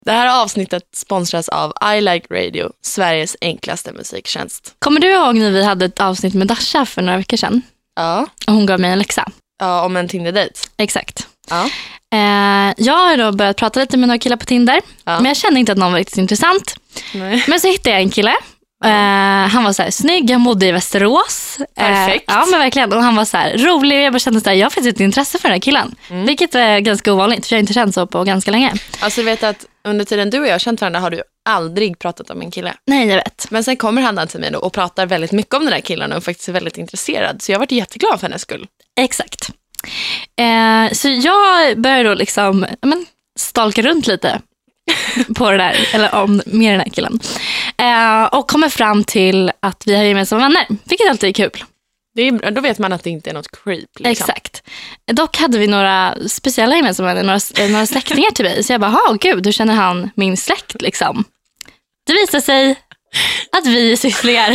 Det här avsnittet sponsras av I Like Radio, Sveriges enklaste musiktjänst. Kommer du ihåg när vi hade ett avsnitt med Dasha för några veckor sedan? Ja. Och hon gav mig en läxa. Ja, om en Tinder-date. Exakt. Ja. Jag har då börjat prata lite med några killar på Tinder. Ja. Men jag kände inte att någon var riktigt intressant. Nej. Men så hittade jag en kille. Han var så här snygg, han bodde i Västerås. Perfekt. Ja, men verkligen. Och han var så här rolig. Jag bara kände så här, jag har faktiskt ett intresse för den här killen. Vilket är ganska ovanligt, för jag har inte känt så på ganska länge. Alltså du vet att under tiden du och jag har känt varandra har du aldrig pratat om en kille. Nej, jag vet. Men sen kommer han till mig då och pratar väldigt mycket om den här killen och faktiskt är väldigt intresserad. Så jag har varit jätteglad för hennes skull. Exakt. Så jag började då liksom stalka runt lite på det där, eller med den här killen. Och kommer fram till att vi har gemensamma vänner, vilket alltid är kul. Då vet man att det inte är något creep. Liksom. Exakt. Dock hade vi några speciella gemensamma vänner, några släktingar till mig. Så jag bara, gud, hur känner han min släkt liksom? Det visar sig att vi är sysslingar.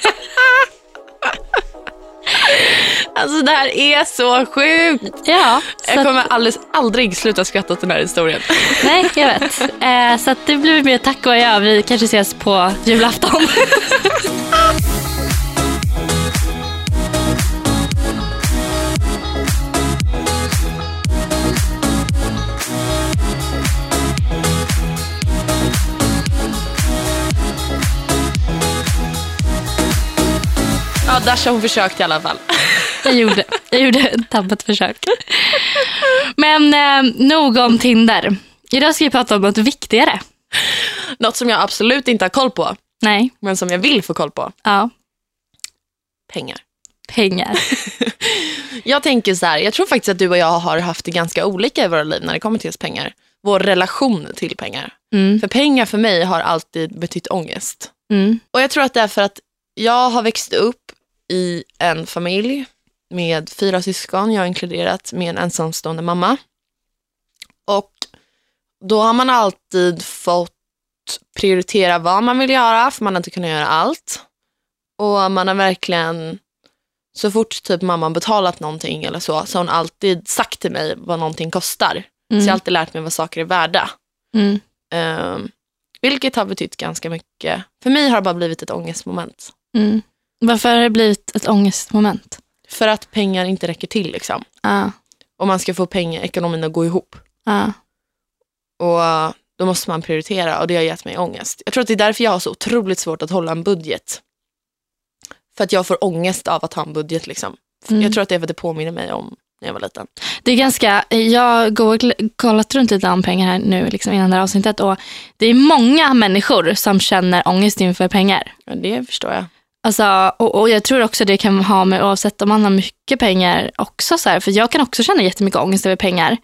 Alltså det här är så sjukt. Ja. Jag kommer aldrig sluta skratta åt den här historien. Nej, jag vet. Så att det blir mer tack och jag. Vi kanske ses på julafton. Ja, Dasha hon försökte i alla fall. Jag gjorde ett tappet försök. Men nog om Tinder. Idag ska vi prata om något viktigare. Något som jag absolut inte har koll på. Nej. Men som jag vill få koll på. Ja. Pengar. Jag tänker så här, jag tror faktiskt att du och jag har haft det ganska olika i våra liv när det kommer till just pengar. Vår relation till pengar. För pengar för mig har alltid betytt ångest. Och jag tror att det är för att jag har växt upp i en familj med 4 syskon. Jag har inkluderat med en ensamstående mamma. Och då har man alltid fått prioritera vad man vill göra, för man har inte kunnat göra allt. Och man har verkligen, så fort typ mamma betalat någonting eller så har hon alltid sagt till mig vad någonting kostar. Så jag har alltid lärt mig vad saker är värda. Vilket har betytt ganska mycket. För mig har det bara blivit ett ångestmoment. Varför har det blivit ett ångestmoment? För att pengar inte räcker till liksom. Och man ska få ekonomin att gå ihop. Och då måste man prioritera, och det har gett mig ångest. Jag tror att det är därför jag har så otroligt svårt att hålla en budget. För att jag får ångest av att ha en budget liksom. Jag tror att det är för att det påminner mig om när jag var liten. Det är ganska, jag går och kollat runt lite om pengar här nu liksom innan det här avsnittet, och det är många människor som känner ångest inför pengar. Ja, det förstår jag. Alltså, och jag tror också det kan ha med, oavsett om man har mycket pengar också så här, för jag kan också känna jättemycket ångest över pengar.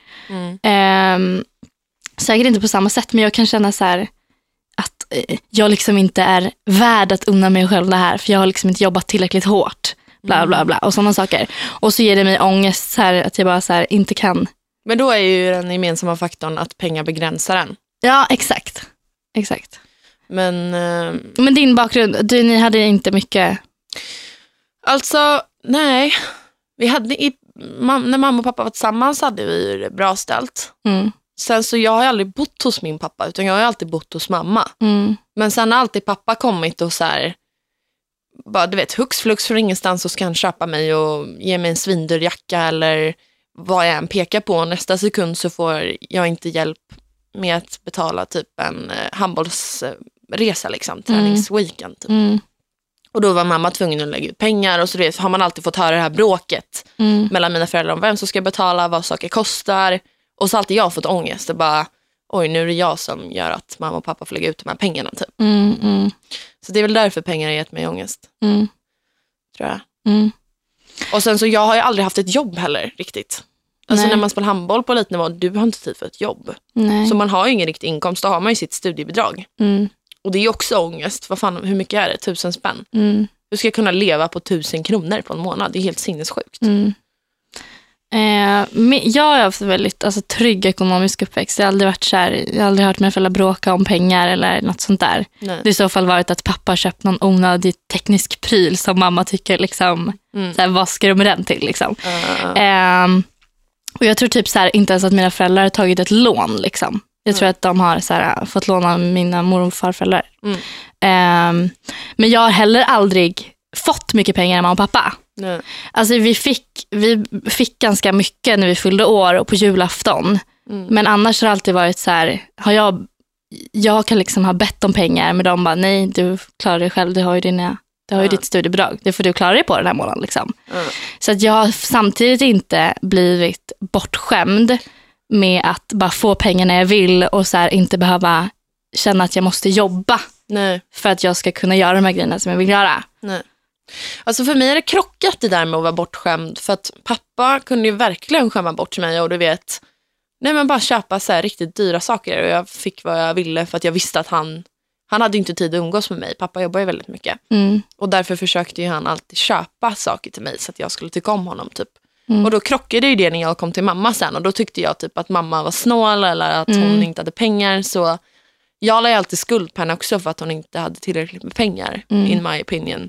Säkert inte på samma sätt, men jag kan känna så här att jag liksom inte är värd att unna mig själv det här, för jag har liksom inte jobbat tillräckligt hårt, bla bla bla, och sådana saker. Och så ger det mig ångest så här, att jag bara så här inte kan. Men då är ju den gemensamma faktorn att pengar begränsar en. Ja, exakt. Men din bakgrund, ni hade inte mycket. Alltså, nej. Vi hade när mamma och pappa var tillsammans hade vi det bra ställt. Sen så jag har aldrig bott hos min pappa, utan jag har alltid bott hos mamma. Men sen har alltid pappa kommit och så här, bara du vet, hux flux från ingenstans, så ska han köpa mig och ge mig en svindyr jacka eller vad jag än pekar på. Nästa sekund så får jag inte hjälp med att betala typ en handbollsresa liksom, träningsweekend typ. Och då var mamma tvungen att lägga ut pengar, och så har man alltid fått höra det här bråket mellan mina föräldrar om vem som ska betala, vad saker kostar. Och så har alltid jag fått ångest och bara, oj, nu är det jag som gör att mamma och pappa får lägga ut de här pengarna typ. Så det är väl därför pengar har gett mig ångest. Tror jag. Och sen så jag har ju aldrig haft ett jobb heller riktigt. Alltså när man spelar handboll på lite nivå, du har inte tid för ett jobb. Så man har ju ingen riktig inkomst, då har man ju sitt studiebidrag. Och det är ju också ångest. Vad fan, hur mycket är det? 1000 spänn. Du ska kunna leva på 1000 kronor på en månad. Det är helt sinnessjukt. Jag har haft väldigt trygg ekonomisk uppväxt. Jag har aldrig varit så här, jag har aldrig hört mina föräldrar bråka om pengar eller något sånt där. Det har i så fall varit att pappa har köpt någon onödig teknisk pryl som mamma tycker liksom, så här, vad ska du med den till liksom. Och jag tror typ så här, inte ens att mina föräldrar har tagit ett lån liksom. Jag tror att de har så här, fått låna mina mor- och farföräldrar. Men jag har heller aldrig fått mycket pengar av mamma och pappa. Nej. Alltså vi fick ganska mycket när vi fyllde år och på julafton. Men annars har det alltid varit så här, jag kan liksom ha bett om pengar, men de bara, nej, du klarar dig själv, du har ju ditt studiebidrag, det får du klara dig på den här månaden liksom. Så att jag har samtidigt inte blivit bortskämd med att bara få pengar när jag vill och så här, inte behöva känna att jag måste jobba. Nej. För att jag ska kunna göra de här grejerna som jag vill göra. Nej. Alltså för mig är det krockat det där med att vara bortskämd. För att pappa kunde ju verkligen skämma bort mig. Och du vet, nej men bara köpa så här riktigt dyra saker. Och jag fick vad jag ville för att jag visste att han hade inte tid att umgås med mig. Pappa jobbar ju väldigt mycket. Och därför försökte ju han alltid köpa saker till mig så att jag skulle tycka om honom typ. Och då krockade ju det när jag kom till mamma sen. Och då tyckte jag typ att mamma var snål eller att hon inte hade pengar. Så jag la ju alltid skuld på henne också för att hon inte hade tillräckligt med pengar, in my opinion.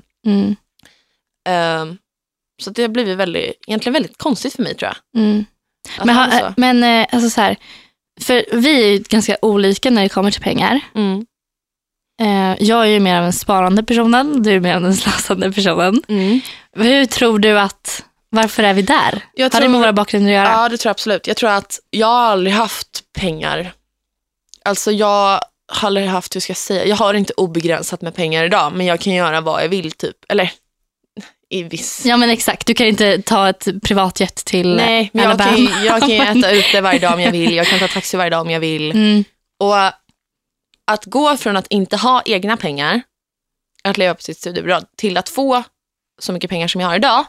Så det har blivit egentligen väldigt konstigt för mig, tror jag. Men alltså så här, för vi är ju ganska olika när det kommer till pengar. Jag är ju mer av en sparande personen, du är mer av en slösande personen. Hur tror du att, varför är vi där? Har det med våra bakgrunder att göra? Ja, det tror jag absolut. Jag tror att jag har aldrig haft pengar. Alltså jag har aldrig haft, hur ska jag säga, jag har inte obegränsat med pengar idag, men jag kan göra vad jag vill typ, eller i viss. Ja men exakt, du kan inte ta ett privatjet till Nej, men jag kan ju äta ute varje dag om jag vill, jag kan ta taxi varje dag om jag vill. Och att gå från att inte ha egna pengar, att leva på sitt studiebidrag, till att få så mycket pengar som jag har idag.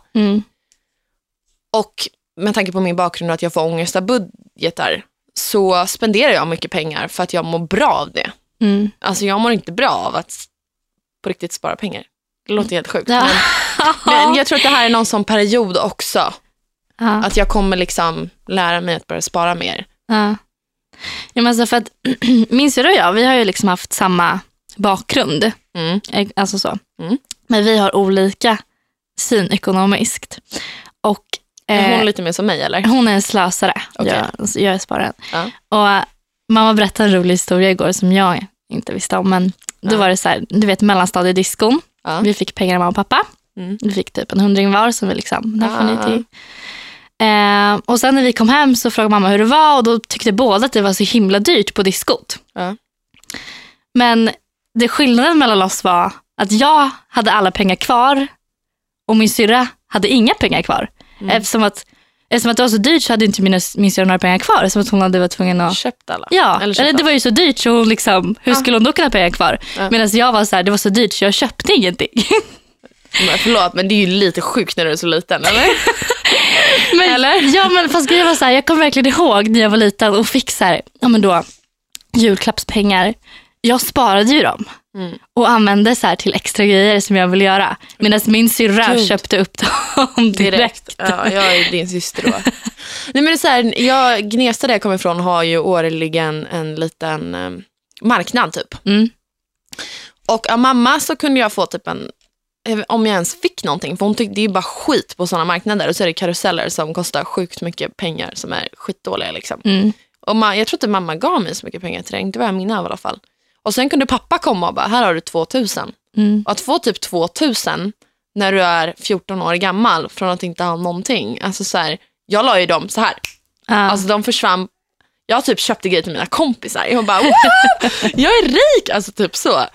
Och med tanke på min bakgrund att jag får ångest av budgetar, så spenderar jag mycket pengar för att jag mår bra av det. Alltså jag mår inte bra av att på riktigt spara pengar. Det låter helt sjukt. Men jag tror att det här är någon sån period också. Att jag kommer liksom lära mig att börja spara mer. Ja, men alltså för att min syrra och jag, vi har ju liksom haft samma bakgrund. Alltså så. Men vi har olika syn ekonomiskt. Och är hon lite mer som mig, eller? Hon är en slösare. Okay. Jag är spararen. Och mamma berättade en rolig historia igår som jag inte visste om. Men då var det så här, du vet, mellanstadiediskon. Vi fick pengar av mamma och pappa. Vi fick typ en 100 var som vi liksom, där får ni till. Och sen när vi kom hem så frågade mamma hur det var. Och då tyckte båda att det var så himla dyrt på diskot. Men det skillnaden mellan oss var att jag hade alla pengar kvar och min syrra hade inga pengar kvar. Eftersom att det var så dyrt så hade inte min syrra några pengar kvar. Som att hon hade varit tvungen att köpt alla. Ja, eller det var ju så dyrt så hon liksom, hur skulle hon då kunna ha pengar kvar? Medan jag var så här, det var så dyrt så jag köpte ingenting. Men förlåt, men det är ju lite sjukt när du är så liten, eller? Eller? Ja, men fast grejen var så här, jag kommer verkligen ihåg när jag var liten och fick så här, ja men då julklappspengar. Jag sparade ju dem och använde så här till extra grejer som jag ville göra. Medan min syrra köpte upp dem direkt. Ja, jag är din syster då. Nej, men det är så här, Gnesta där jag kommer ifrån har ju årligen en liten marknad typ. Och av mamma så kunde jag få typ om jag ens fick någonting, för hon tyckte det är ju bara skit på sådana marknader, och så är det karuseller som kostar sjukt mycket pengar som är skitdåliga liksom. Och jag tror inte mamma gav mig så mycket pengar till det, inte vad jag minns av i alla fall. Och sen kunde pappa komma och bara, här har du 2000. Och att få typ 2000 när du är 14 år gammal från att inte ha någonting, alltså så här, jag la ju dem så här. Alltså de försvann. Jag typ köpte grejer till mina kompisar. Jag bara, jag är rik, alltså typ så.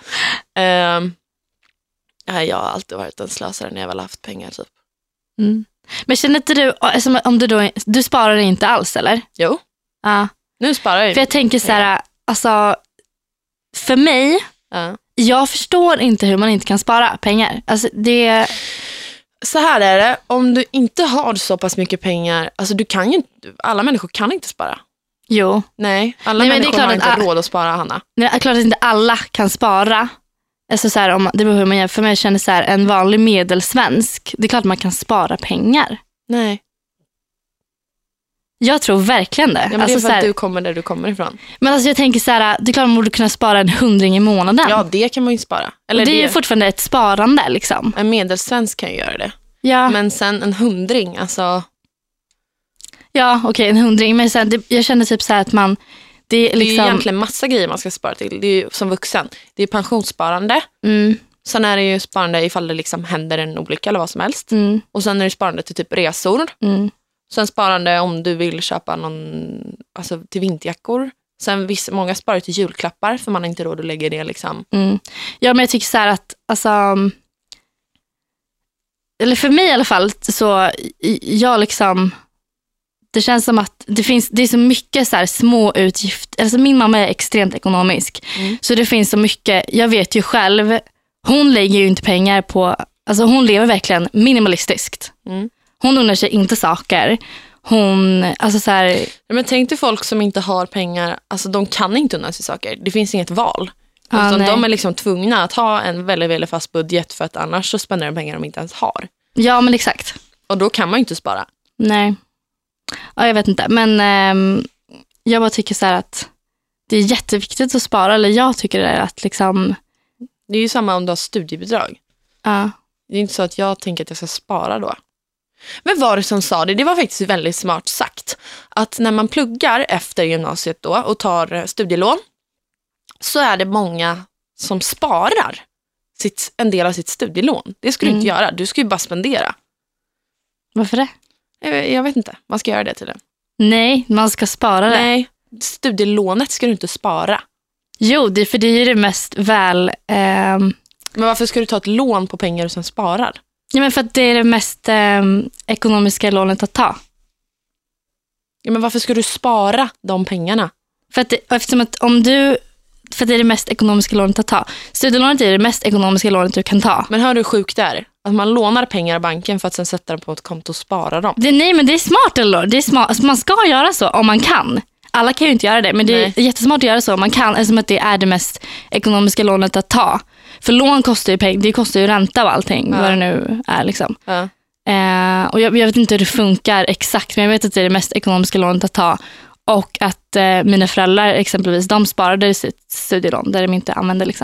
Jag har alltid varit en slösare när jag väl haft pengar typ. Men känner inte du, om du sparar inte alls, eller? Jo. Nu sparar jag. För jag tänker så här, alltså för mig, jag förstår inte hur man inte kan spara pengar. Alltså det. Så här är det, om du inte har så pass mycket pengar, alltså du kan ju inte, alla människor kan inte spara. Jo. Nej, alla människor har inte råd att spara, Hanna. Det är klart att inte alla kan spara. Alltså så här, det beror hur man gör. För mig känner så här, en vanlig medelsvensk, det är klart att man kan spara pengar. Nej. Jag tror verkligen det. Ja, men alltså, det är för att du kommer där du kommer ifrån. Men alltså jag tänker så här, det är klart att man borde kunna spara en 100 i månaden. Ja, det kan man ju spara. Eller det är ju fortfarande ett sparande liksom. En medelsvensk kan ju göra det. Ja. Men sen en 100, alltså. Ja, okej, en 100. Men sen, jag känner typ så här att Det är ju egentligen massa grejer man ska spara till. Det är ju som vuxen. Det är pensionssparande. Sen är det ju sparande ifall det liksom händer en olycka eller vad som helst. Och sen är det sparande till typ resor. Sen sparande om du vill köpa någon, alltså till vinterjackor. Sen många sparar till julklappar för man har inte råd att lägga det liksom. Ja, men jag tycker så här att alltså, eller för mig i alla fall, så jag liksom, det känns som att det är så mycket så här små utgifter. Alltså min mamma är extremt ekonomisk. Så det finns så mycket, jag vet ju själv, hon lägger ju inte pengar på, alltså hon lever verkligen minimalistiskt. Hon undrar sig inte saker. Alltså så här, ja, men tänk dig folk som inte har pengar, alltså de kan inte unna sig saker. Det finns inget val. De är liksom tvungna att ha en väldigt, väldigt fast budget för att annars så spenderar de pengar de inte ens har. Ja, men exakt. Och då kan man ju inte spara. Nej. Ja, jag vet inte. Men jag bara tycker så här att det är jätteviktigt att spara. Eller jag tycker det är att liksom... Det är ju samma om du har studiebidrag. Ja. Det är inte så att jag tänker att jag ska spara då. Men var det som sa det? Det var faktiskt väldigt smart sagt. Att när man pluggar efter gymnasiet då och tar studielån så är det många som sparar en del av sitt studielån. Det ska du inte göra. Du ska ju bara spendera. Varför det? Jag vet inte. Man ska göra det tydligen. Nej, man ska spara det. Nej, studielånet ska du inte spara. Jo, för det är det mest väl... Men varför ska du ta ett lån på pengar och sen sparar? Ja, men för att det är det mest ekonomiska lånet att ta. Ja, men varför ska du spara de pengarna? För att för det är det mest ekonomiska lånet att ta. Studielånet är det mest ekonomiska lånet du kan ta. Men hör du hur sjukt det är? Att man lånar pengar i banken för att sen sätta dem på ett konto och spara dem. Nej, men det är smart, eller? Det är smart. Alltså, man ska göra så om man kan. Alla kan ju inte göra det, men det är jättesmart att göra så om man kan. Eftersom att det är det mest ekonomiska lånet att ta. För lån kostar ju pengar, det kostar ju ränta och allting, vad det nu är liksom. Och jag vet inte hur det funkar exakt, men jag vet att det är det mest ekonomiska lånet att ta. Och att mina föräldrar exempelvis, de sparade sitt studielån där de inte använde liksom.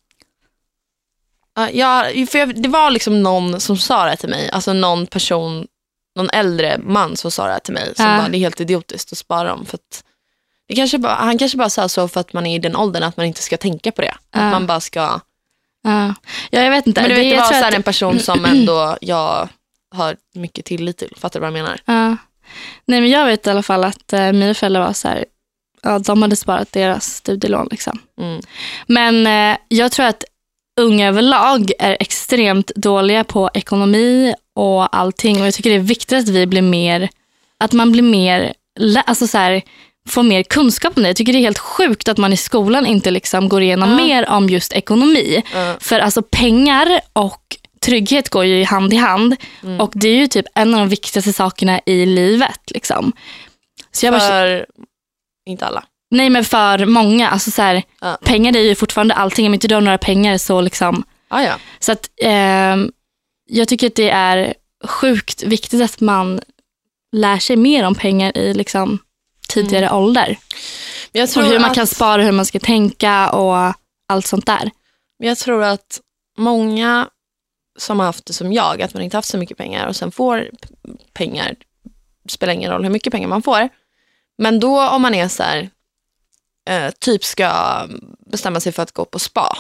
Ja, det var liksom någon som sa det till mig. Alltså någon äldre man som sa det till mig. Som bara, det är helt idiotiskt att spara dem. För att han kanske bara sa så för att man är i den åldern att man inte ska tänka på det. Att man bara ska... Ja, jag vet inte. Men du vet, det var så här en person som ändå jag har mycket tillit till. Fattar du vad jag menar? Nej, men jag vet i alla fall att mina föräldrar var så här, ja, de hade sparat deras studielån liksom. Men jag tror att unga överlag är extremt dåliga på ekonomi och allting. Och jag tycker det är viktigt att man blir mer, alltså så här, får mer kunskap om det. Jag tycker det är helt sjukt att man i skolan inte liksom går igenom mer om just ekonomi. För alltså pengar och trygghet går ju hand i hand. Och det är ju typ en av de viktigaste sakerna i livet liksom. Så jag inte alla. Nej, men för många, alltså så här, pengar är ju fortfarande allting. Om inte du har några pengar så liksom. Så att jag tycker att det är sjukt viktigt att man lär sig mer om pengar i liksom tidigare ålder. Jag tror och hur man kan spara, hur man ska tänka och allt sånt där. Jag tror att många som har haft det som jag, att man inte haft så mycket pengar och sen får pengar, spelar ingen roll hur mycket pengar man får. Men då om man är så här typ ska bestämma sig för att gå på spa.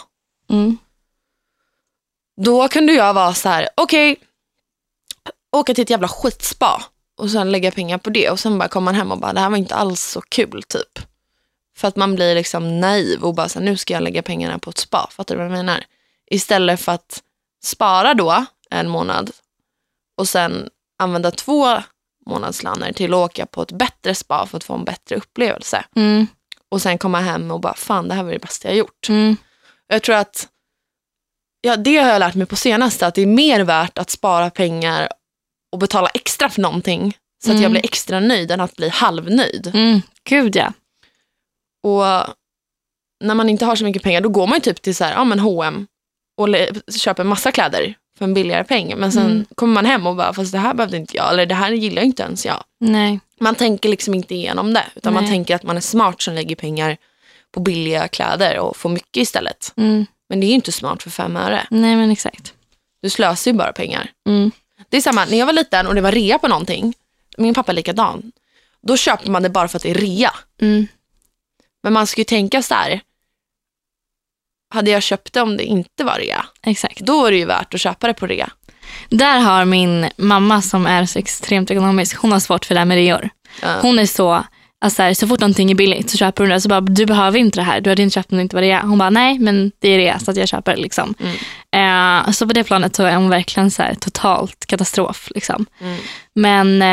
Då kunde jag vara så här, okej, åka till ett jävla skitspa och sen lägga pengar på det och sen bara komma hem och bara, det här var inte alls så kul typ. För att man blir liksom naiv och bara så här, nu ska jag lägga pengarna på ett spa. Fattar du vad jag menar? Istället för att spara då en månad och sen använda 2 månadslöner till att åka på ett bättre spa för att få en bättre upplevelse. Och sen komma hem och bara, fan, det här var det bästa jag gjort. Jag tror att det har jag lärt mig på senaste, att det är mer värt att spara pengar och betala extra för någonting så att jag blir extra nöjd än att bli halvnöjd. Gud ja. Och när man inte har så mycket pengar, då går man ju typ till så här, H&M och köper massa kläder för en billigare peng. Men sen kommer man hem och bara, fast det här behövde inte jag, eller det här gillar inte ens jag. Nej. Man tänker liksom inte igenom det, utan man tänker att man är smart som lägger pengar på billiga kläder och får mycket istället. Men det är ju inte smart för 5 öre. Nej, men exakt. Du slösar ju bara pengar. Det är samma, när jag var liten och det var rea på någonting, min pappa är likadan, då köper man det bara för att det är rea. Men man ska ju tänka så här. Hade jag köpt det om det inte var rea? Exakt. Då är det ju värt att köpa det på rea. Där har min mamma som är så extremt ekonomisk, hon har svårt för det här med reor. Hon är så, alltså så fort någonting är billigt så köper hon det. Så bara, du behöver inte det här, du hade inte köpt om det inte var rea. Hon bara, nej men det är rea så att jag köper det liksom. Så på det planet så är hon verkligen så här totalt katastrof liksom. Men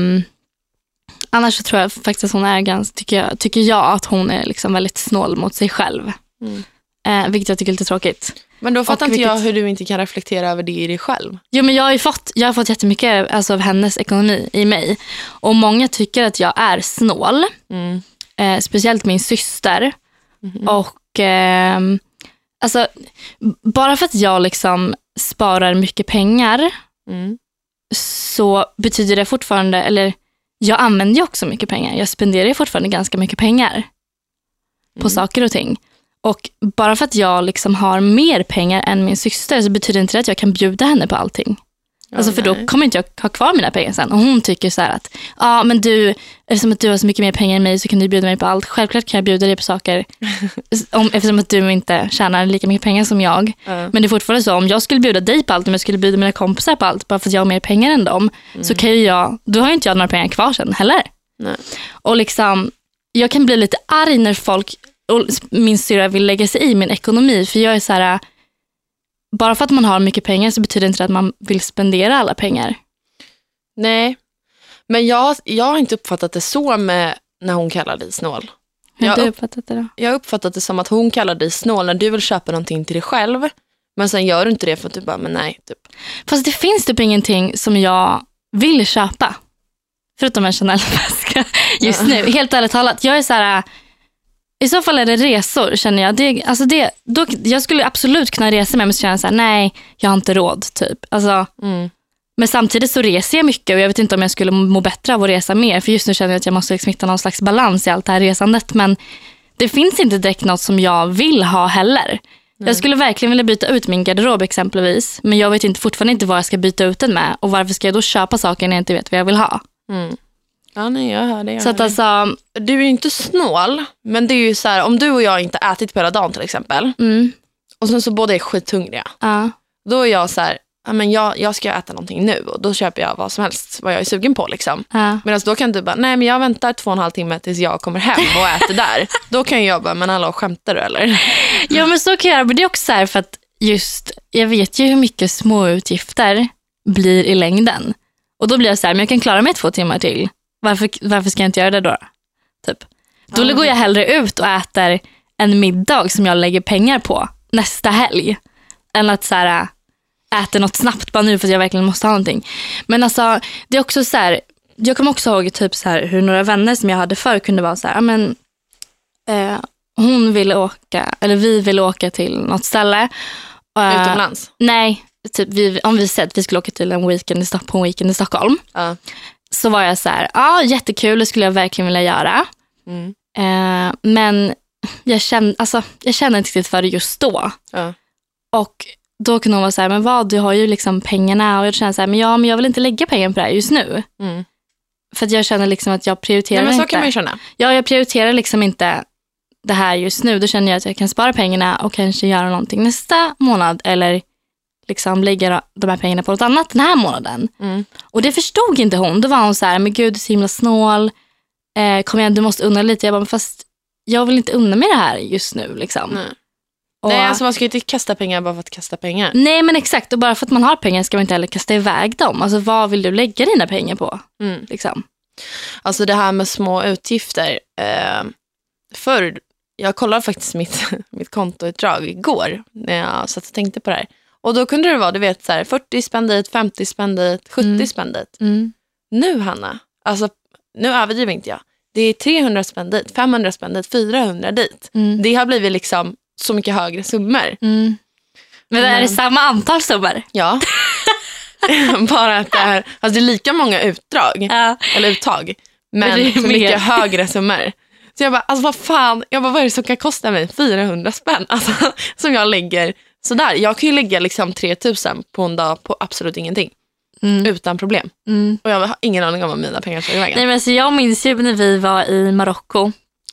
annars så tror jag faktiskt att hon är ganska, tycker jag att hon är liksom väldigt snål mot sig själv. Vilket jag tycker är lite tråkigt. Men då fattar inte jag hur du inte kan reflektera över det i dig själv. Jo, men jag har fått jättemycket alltså, av hennes ekonomi i mig. Och många tycker att jag är snål. Speciellt min syster. Och alltså, bara för att jag liksom sparar mycket pengar så betyder det fortfarande, eller jag använder ju också mycket pengar. Jag spenderar ju fortfarande ganska mycket pengar på saker och ting. Och bara för att jag liksom har mer pengar än min syster så betyder inte det att jag kan bjuda henne på allting. Alltså för då kommer inte jag ha kvar mina pengar sen. Och hon tycker så här att men du, eftersom att du har så mycket mer pengar än mig så kan du bjuda mig på allt. Självklart kan jag bjuda dig på saker eftersom att du inte tjänar lika mycket pengar som jag. Men det är fortfarande så, om jag skulle bjuda dig på allt, om jag skulle bjuda mina kompisar på allt bara för att jag har mer pengar än dem, så kan ju då har ju inte jag några pengar kvar sen heller. Nej. Och liksom, jag kan bli lite arg när folk och min syrra vill lägga sig i min ekonomi, för jag är så här, bara för att man har mycket pengar så betyder det inte att man vill spendera alla pengar. Nej, men jag har inte uppfattat det så med när hon kallar dig snål. Hur har du uppfattat det då? Jag har uppfattat det som att hon kallar dig snål när du vill köpa någonting till dig själv, men sen gör du inte det för att du bara, men nej, typ. Fast det finns typ ingenting som jag vill köpa förutom en Chanel-väska just nu. Helt ärligt talat, jag är så här. I så fall är det resor, känner jag. Jag skulle absolut kunna resa med, men så känner jag så här, nej, jag har inte råd, typ. Alltså, men samtidigt så reser jag mycket och jag vet inte om jag skulle må bättre av att resa mer. För just nu känner jag att jag måste liksom hitta någon slags balans i allt det här resandet. Men det finns inte direkt något som jag vill ha heller. Nej. Jag skulle verkligen vilja byta ut min garderob exempelvis. Men jag vet fortfarande inte vad jag ska byta ut den med. Och varför ska jag då köpa saker när jag inte vet vad jag vill ha? Ja, nej, jag hör det. Så att alltså, du är ju inte snål, men det är ju så här, om du och jag inte ätit på hela dagen till exempel, och sen så båda är skithungriga, då är jag så här, men jag ska äta någonting nu, och då köper jag vad som helst, vad jag är sugen på liksom. Medan då kan du bara, nej men jag väntar 2,5 timmar tills jag kommer hem och äter där. Då kan jag bara, men alla skämtar du eller? Ja, men så kan jag göra, men det är också så här, för att just, jag vet ju hur mycket små utgifter blir i längden. Och då blir jag så här, men jag kan klara mig 2 timmar till. Varför ska jag inte göra det då? Typ. Då går jag hellre ut och äter en middag som jag lägger pengar på nästa helg. Än att så här, äta något snabbt bara nu för att jag verkligen måste ha någonting. Men alltså, det är också så här, jag kommer också ihåg typ så här, hur några vänner som jag hade förr kunde vara så här, men hon ville åka, eller vi ville åka till något ställe. Utomlands? Nej, typ om vi säger att vi skulle åka till en weekend i Stockholm. Så var jag så här, jättekul, det skulle jag verkligen vilja göra. Men jag kände inte riktigt för det just då. Och då kunde hon vara så här, men du har ju liksom pengarna. Och jag kände så här, men jag vill inte lägga pengar på det här just nu. För att jag känner liksom att jag prioriterar inte. Men så kan man ju känna. Ja, jag prioriterar liksom inte det här just nu. Då känner jag att jag kan spara pengarna och kanske göra någonting nästa månad. Eller liksom lägga de här pengarna på något annat den här månaden. Och det förstod inte hon. Då var hon så här, men gud, du är så himla snål. Kom igen, du måste unna lite. Jag bara, men fast jag vill inte unna mig det här just nu liksom. Nej, alltså man ska inte kasta pengar bara för att kasta pengar. Nej, men exakt. Och bara för att man har pengar ska man inte heller kasta iväg dem. Alltså vad vill du lägga dina pengar på? Liksom. Alltså det här med små utgifter. Förr, jag kollade faktiskt mitt kontoutdrag igår när jag satt och tänkte på det här. Och då kunde det vara, du vet, så här, 40 spänn dit, 50 spänn dit, 70 spänn dit. Nu, Hanna, alltså nu överdriver inte jag. Det är 300 spänn dit, 500 spänn dit, 400 dit. Det har blivit liksom så mycket högre summor. Men är det samma antal summor? Ja. Bara att det är lika många utdrag. Eller uttag. Men så mycket högre summor. Så jag bara, alltså vad fan. Vad är det som kan kosta mig 400 spänn? Alltså, som jag lägger sådär. Jag kan ju lägga liksom 3000 på en dag på absolut ingenting. Utan problem. Och jag har ingen aning om vad mina pengar tar i vägen. Nej, men så jag minns ju när vi var i Marocko.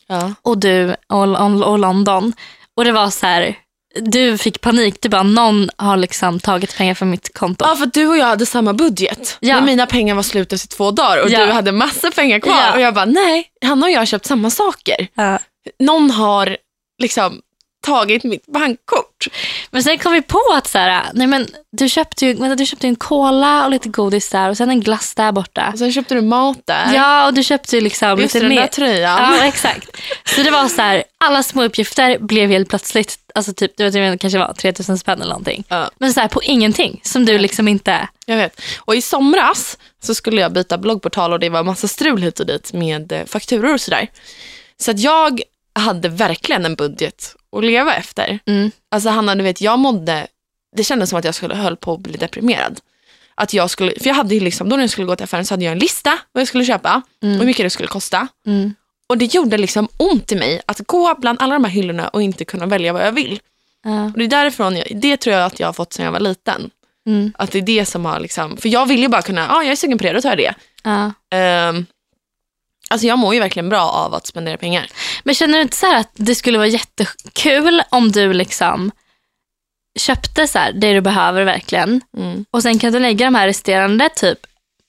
och du och London. Och det var så här, du fick panik. Du bara, någon har liksom tagit pengar från mitt konto. Ja, för du och jag hade samma budget. Men mina pengar var slut efter 2 dagar. Och du hade massa pengar kvar. Och jag bara, nej, Hanna och jag har köpt samma saker. Någon har liksom tagit mitt bankkort. Men sen kom vi på att så här, nej men du köpte en cola och lite godis där och sen en glass där borta. Och sen köpte du mat där. Ja, och du köpte ju liksom just lite mer. Just den där tröjan. Ja, exakt. Så det var så här, alla små uppgifter blev helt plötsligt, alltså typ, det kanske var 3000 spänn eller någonting. Men så här på ingenting som du liksom inte... Jag vet. Och i somras så skulle jag byta bloggportal och det var massa strul hit och dit med fakturor och sådär. Så att jag hade verkligen en budget att leva efter. Alltså Hanna, du vet, det kändes som att jag höll på att bli deprimerad. Att jag skulle, för jag hade ju liksom, då när jag skulle gå till affären så hade jag en lista vad jag skulle köpa och hur mycket det skulle kosta. Och det gjorde liksom ont i mig att gå bland alla de här hyllorna och inte kunna välja vad jag vill. Och det är därifrån, det tror jag att jag har fått sedan jag var liten. Att det är det som har liksom, för jag vill ju bara kunna, jag är sugen på det, då tar jag det. Alltså jag mår ju verkligen bra av att spendera pengar. Men känner du inte så här att det skulle vara jättekul om du liksom köpte så här det du behöver verkligen. Och sen kan du lägga de här resterande typ,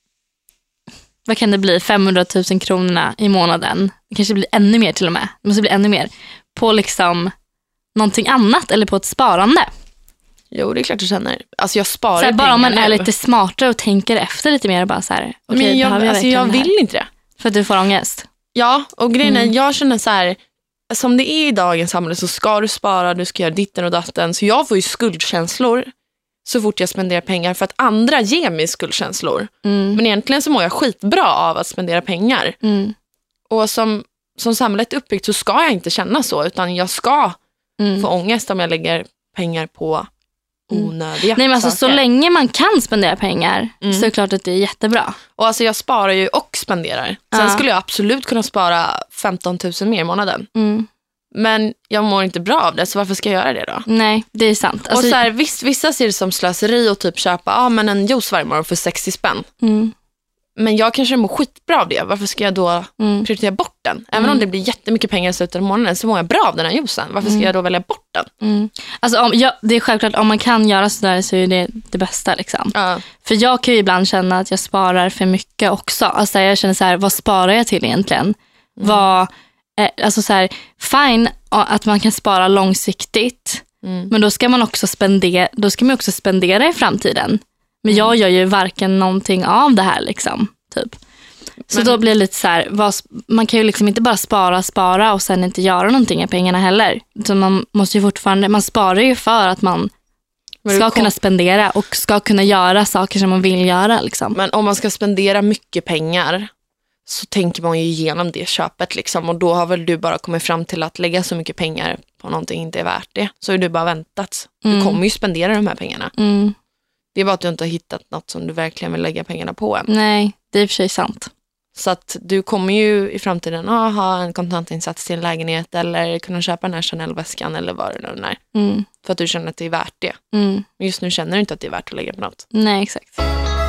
vad kan det bli, 500 000 kronorna i månaden. Det kanske blir ännu mer till och med. Det måste bli ännu mer. På liksom någonting annat eller på ett sparande. Jo, det är klart du känner. Alltså jag sparar så här, bara om man är lite smartare och tänker efter lite mer och bara så här, men jag vill inte det. För att du får ångest. Ja, och grejen är, jag känner så här, som det är i dagens samhälle så ska du spara, du ska göra ditten och datten. Så jag får ju skuldkänslor så fort jag spenderar pengar för att andra ger mig skuldkänslor. Men egentligen så mår jag skitbra av att spendera pengar. Och som samhället är uppbyggt så ska jag inte känna så, utan jag ska få ångest om jag lägger pengar på onödiga Nej, men alltså, saker. Så länge man kan spendera pengar så är det klart att det är jättebra. Och alltså jag sparar ju och spenderar. Sen skulle jag absolut kunna spara 15 000 mer i månaden. Men jag mår inte bra av det, så varför ska jag göra det då? Nej, det är sant. Alltså, och så här, vissa ser det som slöseri och typ köpa men en juice varje morgon för 60 spänn. Men jag kanske mår skitbra av det. Varför ska jag då prioritera bort den? Även om det blir jättemycket pengar i slutet av månaden så mår jag bra av den här juicen. Varför ska jag då välja bort den? Alltså det är självklart, om man kan göra sådär så är det bästa liksom. För jag kan ju ibland känna att jag sparar för mycket också. Alltså jag känner så här, vad sparar jag till egentligen? Alltså så här, fine att man kan spara långsiktigt. Men då ska man också spendera i framtiden. Men jag gör ju varken någonting av det här liksom, typ. Så då blir det lite så här, man kan ju liksom inte bara spara och sen inte göra någonting med pengarna heller. Så man måste ju fortfarande, man sparar ju för att man ska kunna spendera och ska kunna göra saker som man vill göra liksom. Men om man ska spendera mycket pengar så tänker man ju igenom det köpet liksom. Och då har väl du bara kommit fram till att lägga så mycket pengar på någonting inte är värt det. Så är du bara väntat. Du kommer ju spendera de här pengarna. Det är bara att du inte har hittat något som du verkligen vill lägga pengarna på än. Nej, det är i och för sig sant. Så att du kommer ju i framtiden ha en kontantinsats till en lägenhet eller kunna köpa den här Chanel-väskan eller vad det nu är. För att du känner att det är värt det. Men just nu känner du inte att det är värt att lägga på något. Nej, exakt.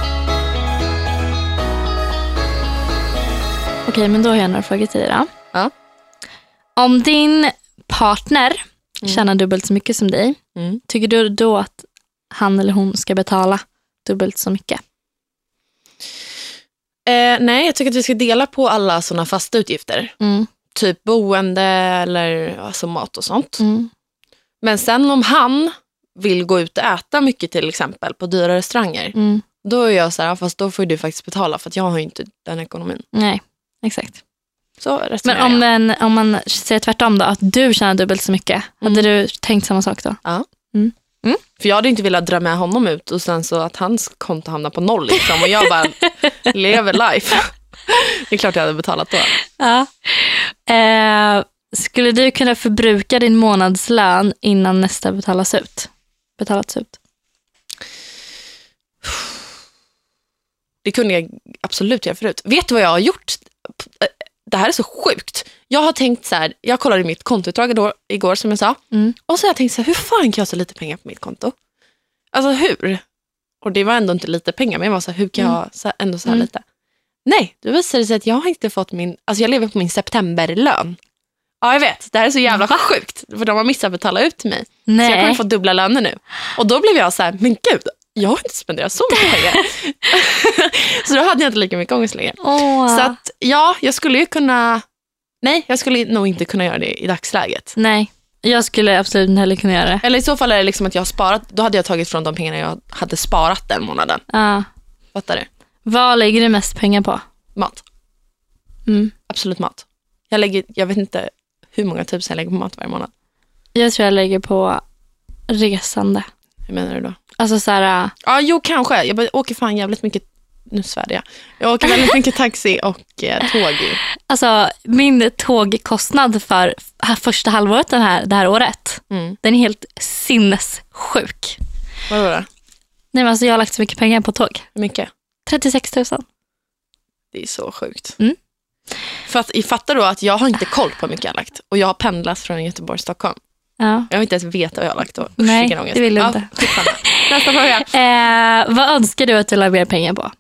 Okej, men då har jag några frågor till dig då. Ja. Om din partner tjänar dubbelt så mycket som dig, tycker du då att han eller hon ska betala dubbelt så mycket? Nej, jag tycker att vi ska dela på alla sådana fasta utgifter. Typ boende eller alltså mat och sånt. Men sen om han vill gå ut och äta mycket till exempel på dyra restauranger, då är jag så här, fast då får du faktiskt betala för att jag har ju inte den ekonomin. Nej, exakt. Så men om man säger tvärtom då, att du tjänar dubbelt så mycket, hade du tänkt samma sak då? Ja. För jag hade inte velat dra med honom ut och sen så att hans konto hamnar på 0 liksom, och jag bara lever life. Det är klart jag hade betalat då. Ja. Skulle du kunna förbruka din månadslön innan nästa betalats ut? Det kunde jag absolut göra förut. Vet du vad jag har gjort? Det här är så sjukt. Jag har tänkt så här, jag kollade mitt kontoutdrag igår som jag sa. Och så har jag tänkt så här, hur fan kan jag ha så lite pengar på mitt konto? Alltså hur? Och det var ändå inte lite pengar, men jag var så här, hur kan jag ha ändå så här lite? Nej, det visade sig att jag har inte fått jag lever på min septemberlön. Ja, jag vet. Det här är så jävla sjukt. För de har missat att betala ut till mig. Nej. Så jag kommer få dubbla löner nu. Och då blev jag så här, men gud, jag har inte spenderat så mycket pengar. Så då hade jag inte lika mycket ångest längre. Så att, ja, jag skulle ju kunna... Nej, jag skulle nog inte kunna göra det i dagsläget. Nej, jag skulle absolut inte heller kunna göra det. Eller i så fall är det liksom att jag har sparat. Då hade jag tagit från de pengarna jag hade sparat den månaden. Ja. Fattar du? Vad lägger du mest pengar på? Mat. Absolut mat. Jag vet inte hur många tusen jag lägger på mat varje månad. Jag tror jag lägger på resande. Hur menar du då? Alltså så här... Ja, jo kanske. Jag åker fan jävligt mycket. Nu svärde jag. Jag åker väldigt mycket taxi och tåg. Alltså min tågkostnad för första halvåret det här året, den är helt sinnessjuk. Vadå då? Nej, men alltså jag har lagt så mycket pengar på tåg. Hur mycket? 36 000. Det är så sjukt. För att fattar då att jag har inte koll på hur mycket jag har lagt. Och jag har pendlat från Göteborg till Stockholm. Ja. Jag vill inte ens veta vad jag har lagt då. Nej, det vill du inte. Nästa fråga. Vad önskar du att du la mer pengar på?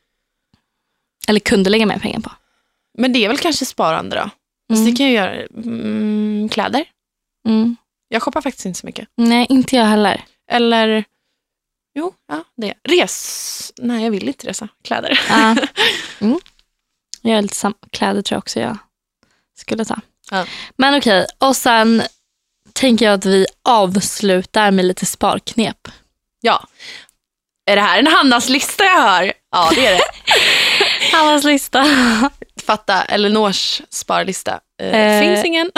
Eller kunde lägga mer pengar på? Men det är väl kanske sparande då. Så det kan jag göra. Kläder. Jag shoppar faktiskt inte så mycket. Nej, inte jag heller. Eller... Jo, ja, det. Nej, jag vill inte resa. Kläder. Jag är lite kläder tror jag också jag skulle ta. Ja. Men okej, och sen tänker jag att vi avslutar med lite sparknep. Ja. Är det här en Hannas lista jag hör? Ja, det är det. Hannas lista. Fatta, Elinors sparlista. Finns ingen.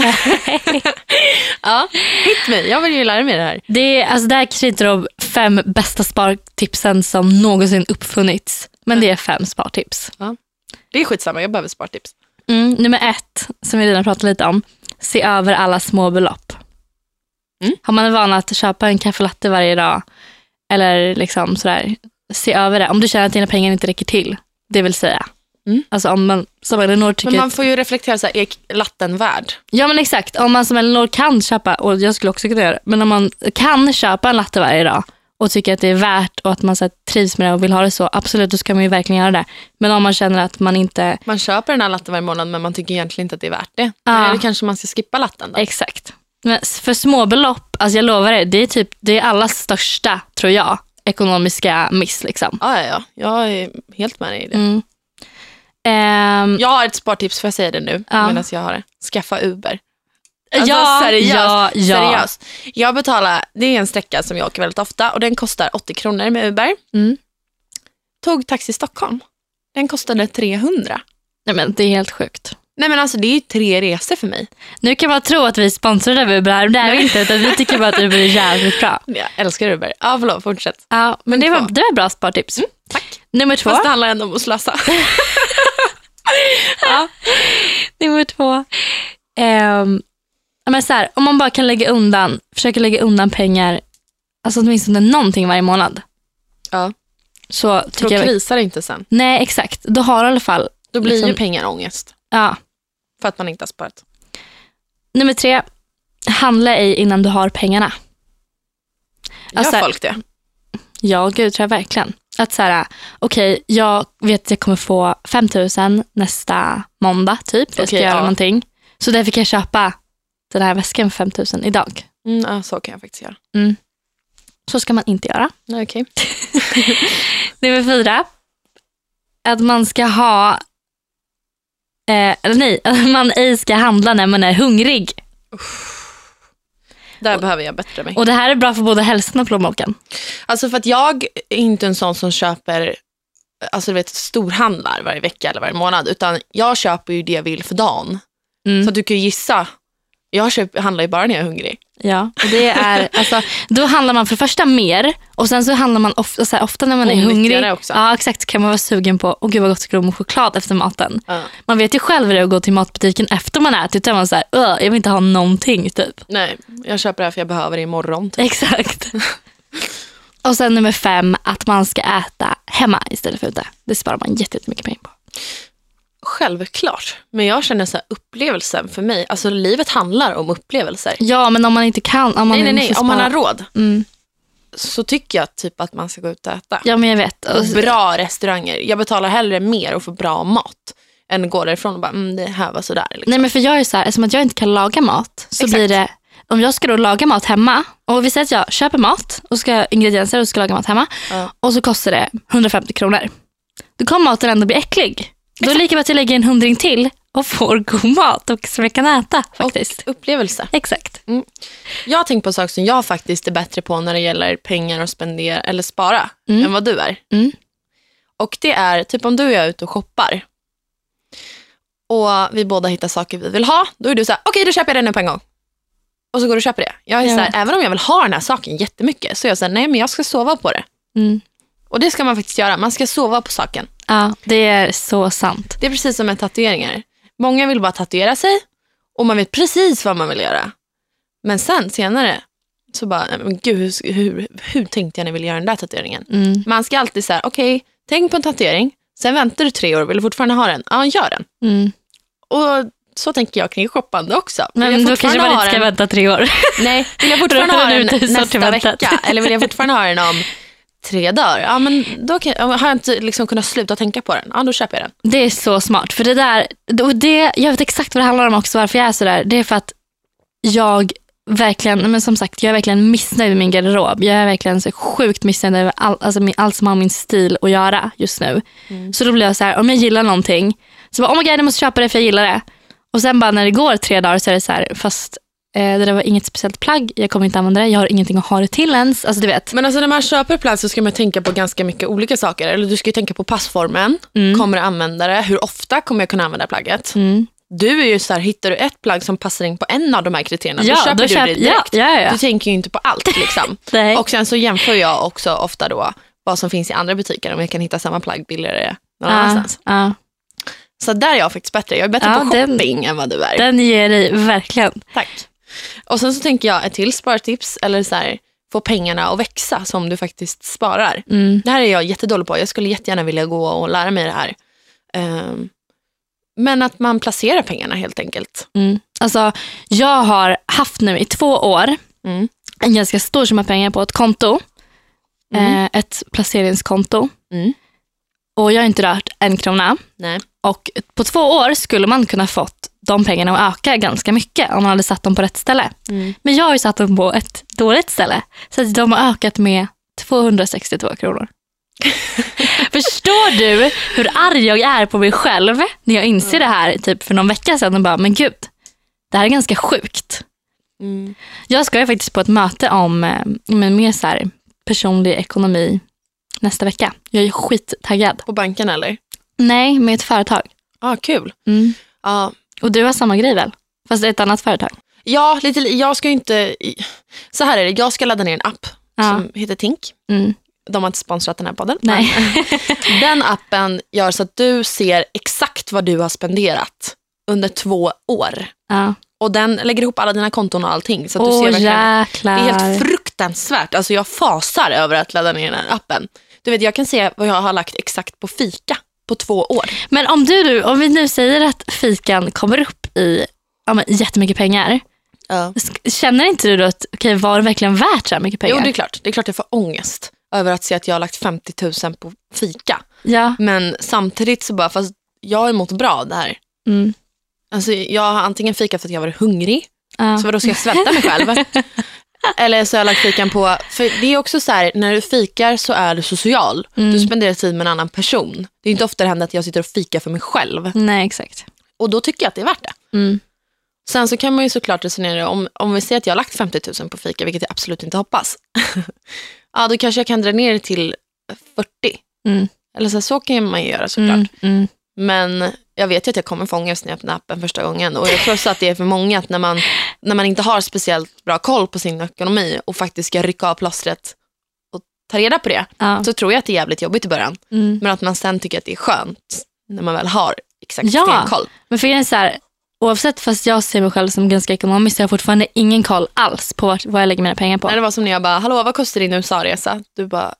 Ja, hit mig. Jag vill ju lära mig det här. Det här kanske inte de 5 bästa spartipsen som någonsin uppfunnits. Men det är 5 spartips. Ja. Det är skitsamma, jag behöver spartips. Nummer 1, som vi redan pratat lite om. Se över alla små belopp. Har man en vana att köpa en kaffelatte varje dag, eller liksom sådär, se över det. Om du känner att dina pengar inte räcker till, det vill säga. Alltså om man som Elinor tycker... Men man får ju reflektera så här, är latten värd? Ja, men exakt. Om man som Elinor kan köpa, och jag skulle också kunna göra det, men om man kan köpa en latte varje dag och tycker att det är värt och att man så här, trivs med det och vill ha det så, absolut, då ska man ju verkligen göra det. Men om man känner att man inte... Man köper den här latten varje månad, men man tycker egentligen inte att det är värt det. Eller kanske man ska skippa latten då? Exakt. Men för små belopp, alltså jag lovar det är allas största, tror jag, ekonomiska miss liksom. Ja. Jag är helt med dig i det. Jag har ett spartips, får jag säga det nu medan jag har det. Skaffa Uber. Alltså, seriöst. Jag betalar, det är en sträcka som jag åker väldigt ofta och den kostar 80 kronor med Uber. Tog taxi Stockholm. Den kostade 300. Nej, men det är helt sjukt. Nej, men alltså det är ju 3 resor för mig. Nu kan man tro att vi sponsrar av Uber här, det är vi inte, utan vi tycker bara att Uber är jävligt bra. Jag älskar Uber. Ja, förlåt, fortsätt. Ja, men det var bra spartips. Tack. Nummer 2. Fast det handlar ändå om att slösa. Nummer 2. Men så här, om man bara kan försöka lägga undan pengar, alltså åtminstone någonting varje månad. Ja. Så tycker jag krisar inte sen. Nej, exakt. Då har i alla fall... Då blir ju pengar ångest. Ja. För att man inte har sparat. Nummer 3. Handla ej innan du har pengarna. Alltså, gör folk det? Ja, gud, tror jag verkligen. Att så här, okej, jag vet att jag kommer få 5 000 nästa måndag typ. Jag ska göra någonting. Så därför kan jag köpa den här väskan för 5 000 idag. Så kan jag faktiskt göra. Så ska man inte göra. Okej. Nummer 4. Att man ska ha... att man ej ska handla när man är hungrig. Där behöver jag bättre mig. Och det här är bra för både hälsan och plånboken. Alltså för att jag är inte en sån som köper, alltså du vet, storhandlar varje vecka eller varje månad, utan jag köper ju det jag vill för dagen. Så att du kan ju gissa. Jag handlar ju bara när jag är hungrig. Ja, och det är alltså, då handlar man för första mer, och sen så handlar man ofta när man är hungrig. Också. Ja, exakt, kan man vara sugen på, gud vad gott ska med choklad efter maten. Man vet ju själv hur det är att gå till matbutiken efter man ätit, och man så här, jag vill inte ha någonting typ. Nej, jag köper det här för jag behöver det imorgon typ. Exakt. Och sen nummer 5, att man ska äta hemma istället för ute. Det sparar man jättemycket pengar på. Självklart. Men jag känner så här, upplevelsen för mig, alltså livet handlar om upplevelser. Ja, men om man inte kan, om man har råd. Så tycker jag typ att man ska gå ut och äta. Ja, men jag vet. Och bra restauranger. Jag betalar hellre mer och får bra mat än gå därifrån och bara, det här var sådär. Liksom. Nej, men för jag är så här, eftersom att jag inte kan laga mat så blir det, om jag ska då laga mat hemma och vi säger att jag köper mat och ska ingredienser och ska laga mat hemma och så kostar det 150 kronor. Då kommer maten ändå bli äcklig. Exakt. Då är det lika bra att jag lägger en 100 till och får god mat och som jag kan äta faktiskt. Och upplevelse. Exakt. Jag har tänkt på saker som jag faktiskt är bättre på när det gäller pengar och spendera eller spara än vad du är. Och det är typ om du och jag är ute och shoppar och vi båda hittar saker vi vill ha, då är du så här, okej, då köper jag det nu på en gång. Och så går du och köper det. Jag är så här, även om jag vill ha den här saken jättemycket så är jag så här, nej men jag ska sova på det. Och det ska man faktiskt göra, man ska sova på saken. Ja, det är så sant. Det är precis som med tatueringar. Många vill bara tatuera sig och man vet precis vad man vill göra. Men sen senare så bara, men gud, hur tänkte jag när jag ville göra den där tatueringen? Man ska alltid säga, okej, tänk på en tatuering. Sen väntar du 3 år, vill du fortfarande ha den? Ja, gör den. Och så tänker jag kring shoppande också. Men då kanske man inte ska vänta 3 år. Nej, vill jag fortfarande ha den nästa vecka? Eller vill jag fortfarande ha den om 3 dagar? Ja, men då har jag inte liksom kunnat sluta tänka på den. Ja, då köper jag den. Det är så smart. För jag vet exakt vad det handlar om också. Varför jag är så där. Det är för att jag verkligen, men som sagt, jag är verkligen missnöjd med min garderob. Jag är verkligen så sjukt missnöjd över allt som har min stil att göra just nu. Så då blir jag så här, om jag gillar någonting så bara, oh my god, jag måste köpa det för jag gillar det. Och sen bara när det går 3 dagar så är det så här, fast det där var inget speciellt plagg, jag kommer inte använda det, jag har ingenting att ha det till ens, alltså du vet. Men alltså när man köper plagg så ska man tänka på ganska mycket olika saker. Eller du ska ju tänka på passformen, kommer du använda det, hur ofta kommer jag kunna använda plagget. Du är ju så här, hittar du ett plagg som passar in på en av de här kriterierna, då köper du det direkt. Ja. Du tänker ju inte på allt liksom. Och sen så jämför jag också ofta då vad som finns i andra butiker, om jag kan hitta samma plagg billigare någon annanstans. Så där är jag faktiskt bättre. Jag är bättre på shopping än vad du är. Den ger dig verkligen. Tack. Och sen så tänker jag ett till spartips, eller så här, få pengarna att växa som du faktiskt sparar. Det här är jag jättedålig på. Jag skulle jättegärna vilja gå och lära mig det här. Men att man placerar pengarna helt enkelt. Alltså, jag har haft nu i 2 år en ganska stor summa pengar på ett konto. Ett placeringskonto. Och jag har inte rört 1 krona. Nej. Och på 2 år skulle man kunna fått de pengarna att öka ganska mycket om man hade satt dem på rätt ställe. Men jag har ju satt dem på ett dåligt ställe. Så att de har ökat med 262 kronor. Förstår du hur arg jag är på mig själv när jag inser det här typ för någon vecka sedan och bara, men gud, det här är ganska sjukt. Jag ska ju faktiskt på ett möte om mer så här personlig ekonomi nästa vecka. Jag är skittaggad. På banken eller? Nej, med ett företag. Kul. Och du har samma grej väl? Fast det är ett annat företag. Ja, jag ska ju inte... Så här är det, jag ska ladda ner en app som heter Tink. De har inte sponsrat den här podden. Nej. Den appen gör så att du ser exakt vad du har spenderat under 2 år. Och den lägger ihop alla dina konton och allting. Så att du ser verkligen, det är helt fruktansvärt. Alltså jag fasar över att ladda ner den här appen. Du vet, jag kan se vad jag har lagt exakt på fika på 2 år. Men om vi nu säger att fikan kommer upp i jättemycket pengar. Känner inte du då att var det verkligen värt så här mycket pengar? Jo, det är klart. Det är klart jag får ångest över att se att jag har lagt 50 000 på fika. Ja. Men samtidigt så bara, fast jag har mått bra det här. Alltså jag har antingen fikat för att jag var hungrig. Så då ska jag svälta mig själv. Eller så har jag lagt fikan på, för det är också så här, när du fikar så är du social. Du spenderar tid med en annan person. Det är inte ofta det händer att jag sitter och fikar för mig själv. Nej, exakt. Och då tycker jag att det är värt det. Sen så kan man ju såklart resonera om vi säger att jag har lagt 50 000 på fika, vilket jag absolut inte hoppas. Då kanske jag kan dra ner det till 40. Eller så kan man ju göra såklart. Men jag vet ju att jag kommer få ångest när jag öppnar appen första gången. Och jag tror så att det är för många att när man inte har speciellt bra koll på sin ekonomi och faktiskt ska rycka av plåstret och ta reda på det, så tror jag att det är jävligt jobbigt i början. Men att man sen tycker att det är skönt när man väl har exakt stenkoll. Men för det är så här, oavsett, fast jag ser mig själv som ganska ekonomisk, så jag har fortfarande ingen koll alls på vad jag lägger mina pengar på. Nej, det var som när jag bara, hallå, vad kostar din USA-resa? Du bara,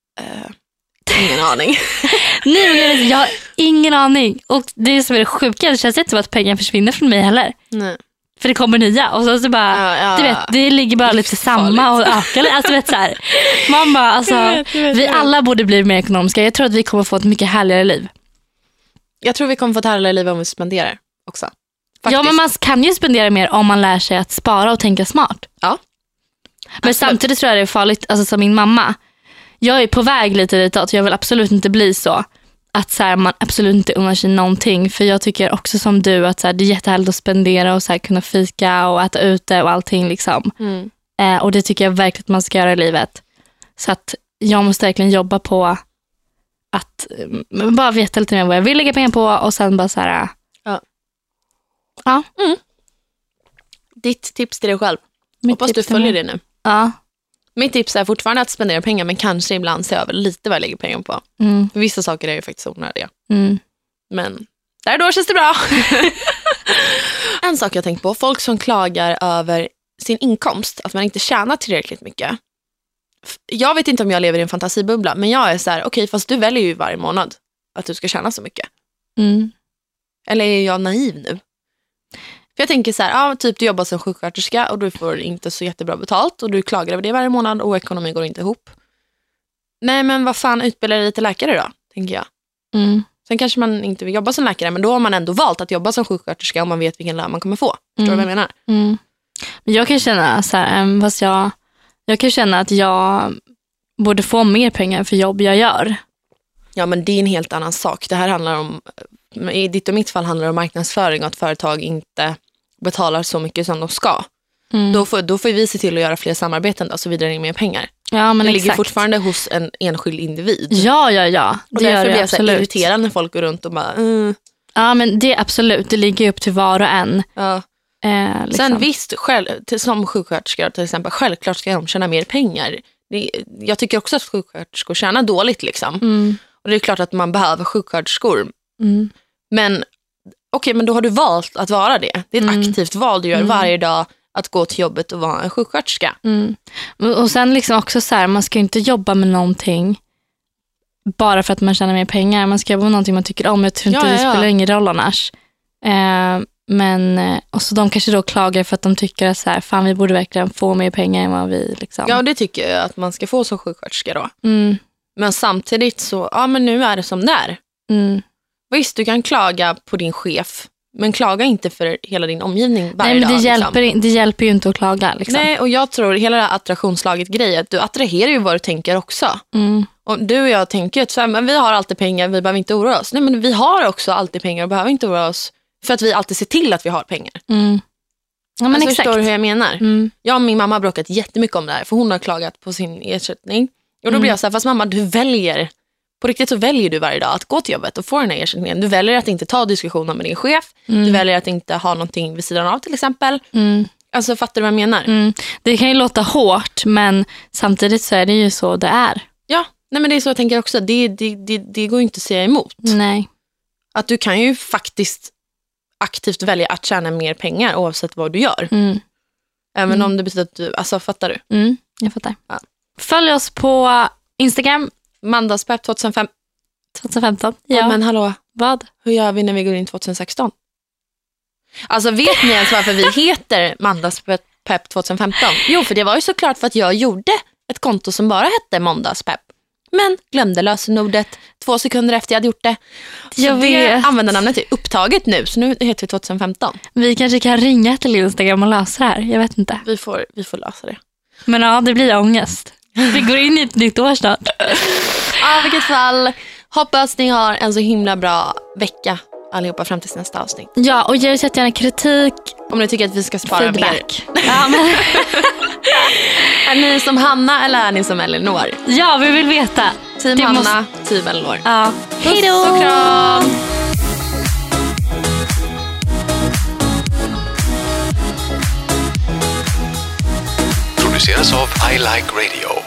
ingen aning. Nej, jag har ingen aning. Och det som är det sjuka, det känns inte som att pengar försvinner från mig heller. Nej. För det kommer nya. Och så bara, du vet, det ligger bara lite samma och ökar. Alltså vet så här. Man bara, alltså, vi alla borde bli mer ekonomiska. Jag tror att vi kommer få ett mycket härligare liv. Jag tror vi kommer få ett härligare liv om vi spenderar också. Faktiskt. Ja, men man kan ju spendera mer om man lär sig att spara och tänka smart. Ja. Men samtidigt tror jag det är farligt, alltså som min mamma. Jag är på väg lite ditåt. Jag vill absolut inte bli så. Att så här, man absolut inte unnar sig någonting. För jag tycker också som du att så här, det är jättehärligt att spendera och så här, kunna fika och äta ute och allting liksom. Och det tycker jag verkligen att man ska göra i livet. Så att jag måste verkligen jobba på att bara veta lite mer vad jag vill lägga pengar på och sen bara så här. Ja. Ditt tips till dig själv. Hoppas du följer det nu. Ja. Mitt tips är fortfarande att spendera pengar, men kanske ibland se över lite vad jag lägger pengar på. För vissa saker är ju faktiskt onödiga. Men där och då känns det bra. En sak jag tänkt på, folk som klagar över sin inkomst, att man inte tjänar tillräckligt mycket. Jag vet inte om jag lever i en fantasibubbla, men jag är så här, okej, fast du väljer ju varje månad att du ska tjäna så mycket. Eller är jag naiv nu? För jag tänker så här, typ du jobbar som sjuksköterska och du får inte så jättebra betalt och du klagar över det varje månad och ekonomin går inte ihop. Nej, men vad fan, utbildar dig till läkare då, tänker jag. Sen kanske man inte vill jobba som läkare, men då har man ändå valt att jobba som sjuksköterska om man vet vilken lön man kommer få. Förstår du vad jag menar? Jag kan känna så här, jag kan känna att jag borde få mer pengar för jobb jag gör. Ja, men det är en helt annan sak. Det här handlar om, i ditt och mitt fall handlar det om marknadsföring och att företag inte betalar så mycket som de ska. Då får vi se till att göra fler samarbeten då, så vi drar in mer pengar. Ja, men det ligger fortfarande hos en enskild individ. Ja. Och därför blir jag så irriterande när folk går runt och bara... Ja, men det är absolut. Det ligger ju upp till var och en. Ja. Liksom. Sen visst, som sjuksköterskor till exempel, självklart ska de tjäna mer pengar. Jag tycker också att sjuksköterskor tjänar dåligt liksom. Och det är klart att man behöver sjuksköterskor. Men okej, men då har du valt att vara det. Det är ett aktivt val du gör varje dag, att gå till jobbet och vara en sjuksköterska. Och sen liksom också så här, man ska inte jobba med någonting bara för att man tjänar mer pengar. Man ska jobba med någonting man tycker om. Jag tror inte det spelar ingen roll annars. Men och så de kanske då klagar för att de tycker att så här, fan, vi borde verkligen få mer pengar än vad vi liksom. Ja, det tycker jag att man ska få som sjuksköterska då. Men samtidigt så, men nu är det som det är. Visst, du kan klaga på din chef, men klaga inte för hela din omgivning varje dag. Det hjälper ju inte att klaga. Liksom. Nej, och jag tror hela det här attraktionslaget grejen, att du attraherar ju vad du tänker också. Och du och jag tänker att så här, men vi har alltid pengar, vi behöver inte oroa oss. Nej, men vi har också alltid pengar och behöver inte oroa oss för att vi alltid ser till att vi har pengar. Ja, men alltså, exakt. Förstår du hur jag menar? Jag och min mamma har bråkat jättemycket om det här, för hon har klagat på sin ersättning. Och då blir jag så här, fast mamma, du väljer... På riktigt så väljer du varje dag att gå till jobbet och få den här ersättningen. Du väljer att inte ta diskussioner med din chef. Du väljer att inte ha någonting vid sidan av till exempel. Alltså, fattar du vad jag menar? Det kan ju låta hårt, men samtidigt så är det ju så det är. Ja, nej, men det är så jag tänker också. Det går ju inte att säga emot. Nej. Att du kan ju faktiskt aktivt välja att tjäna mer pengar oavsett vad du gör. Även om det betyder att du... Alltså, fattar du? Jag fattar. Ja. Följ oss på Instagram. Mandagspepp 2015. Ja. Men hallå, vad? Hur gör vi när vi går in 2016? Alltså, vet ni ens varför vi heter Mandagspepp 2015? Jo, för det var ju såklart för att jag gjorde ett konto som bara hette Måndagspepp. Men glömde lösenordet 2 sekunder efter jag hade gjort det. Så det användarnamnet är upptaget nu, så nu heter vi 2015. Vi kanske kan ringa till Instagram och lösa det här, jag vet inte. Vi får lösa det. Men ja, det blir ångest. Vi går in i ett nytt år snart. Ja, vilket fall. Hoppas ni har en så himla bra vecka allihopa fram till nästa avsnitt. Ja, och ge oss jättegärna kritik. Om ni tycker att vi ska spara feedback. Mer. Ja, men... Är ni som Hanna eller är ni som Elinor? Ja, vi vill veta. Team Hanna, team Elinor. Ja. Hej då! Puss och kram! Produceras av I Like Radio.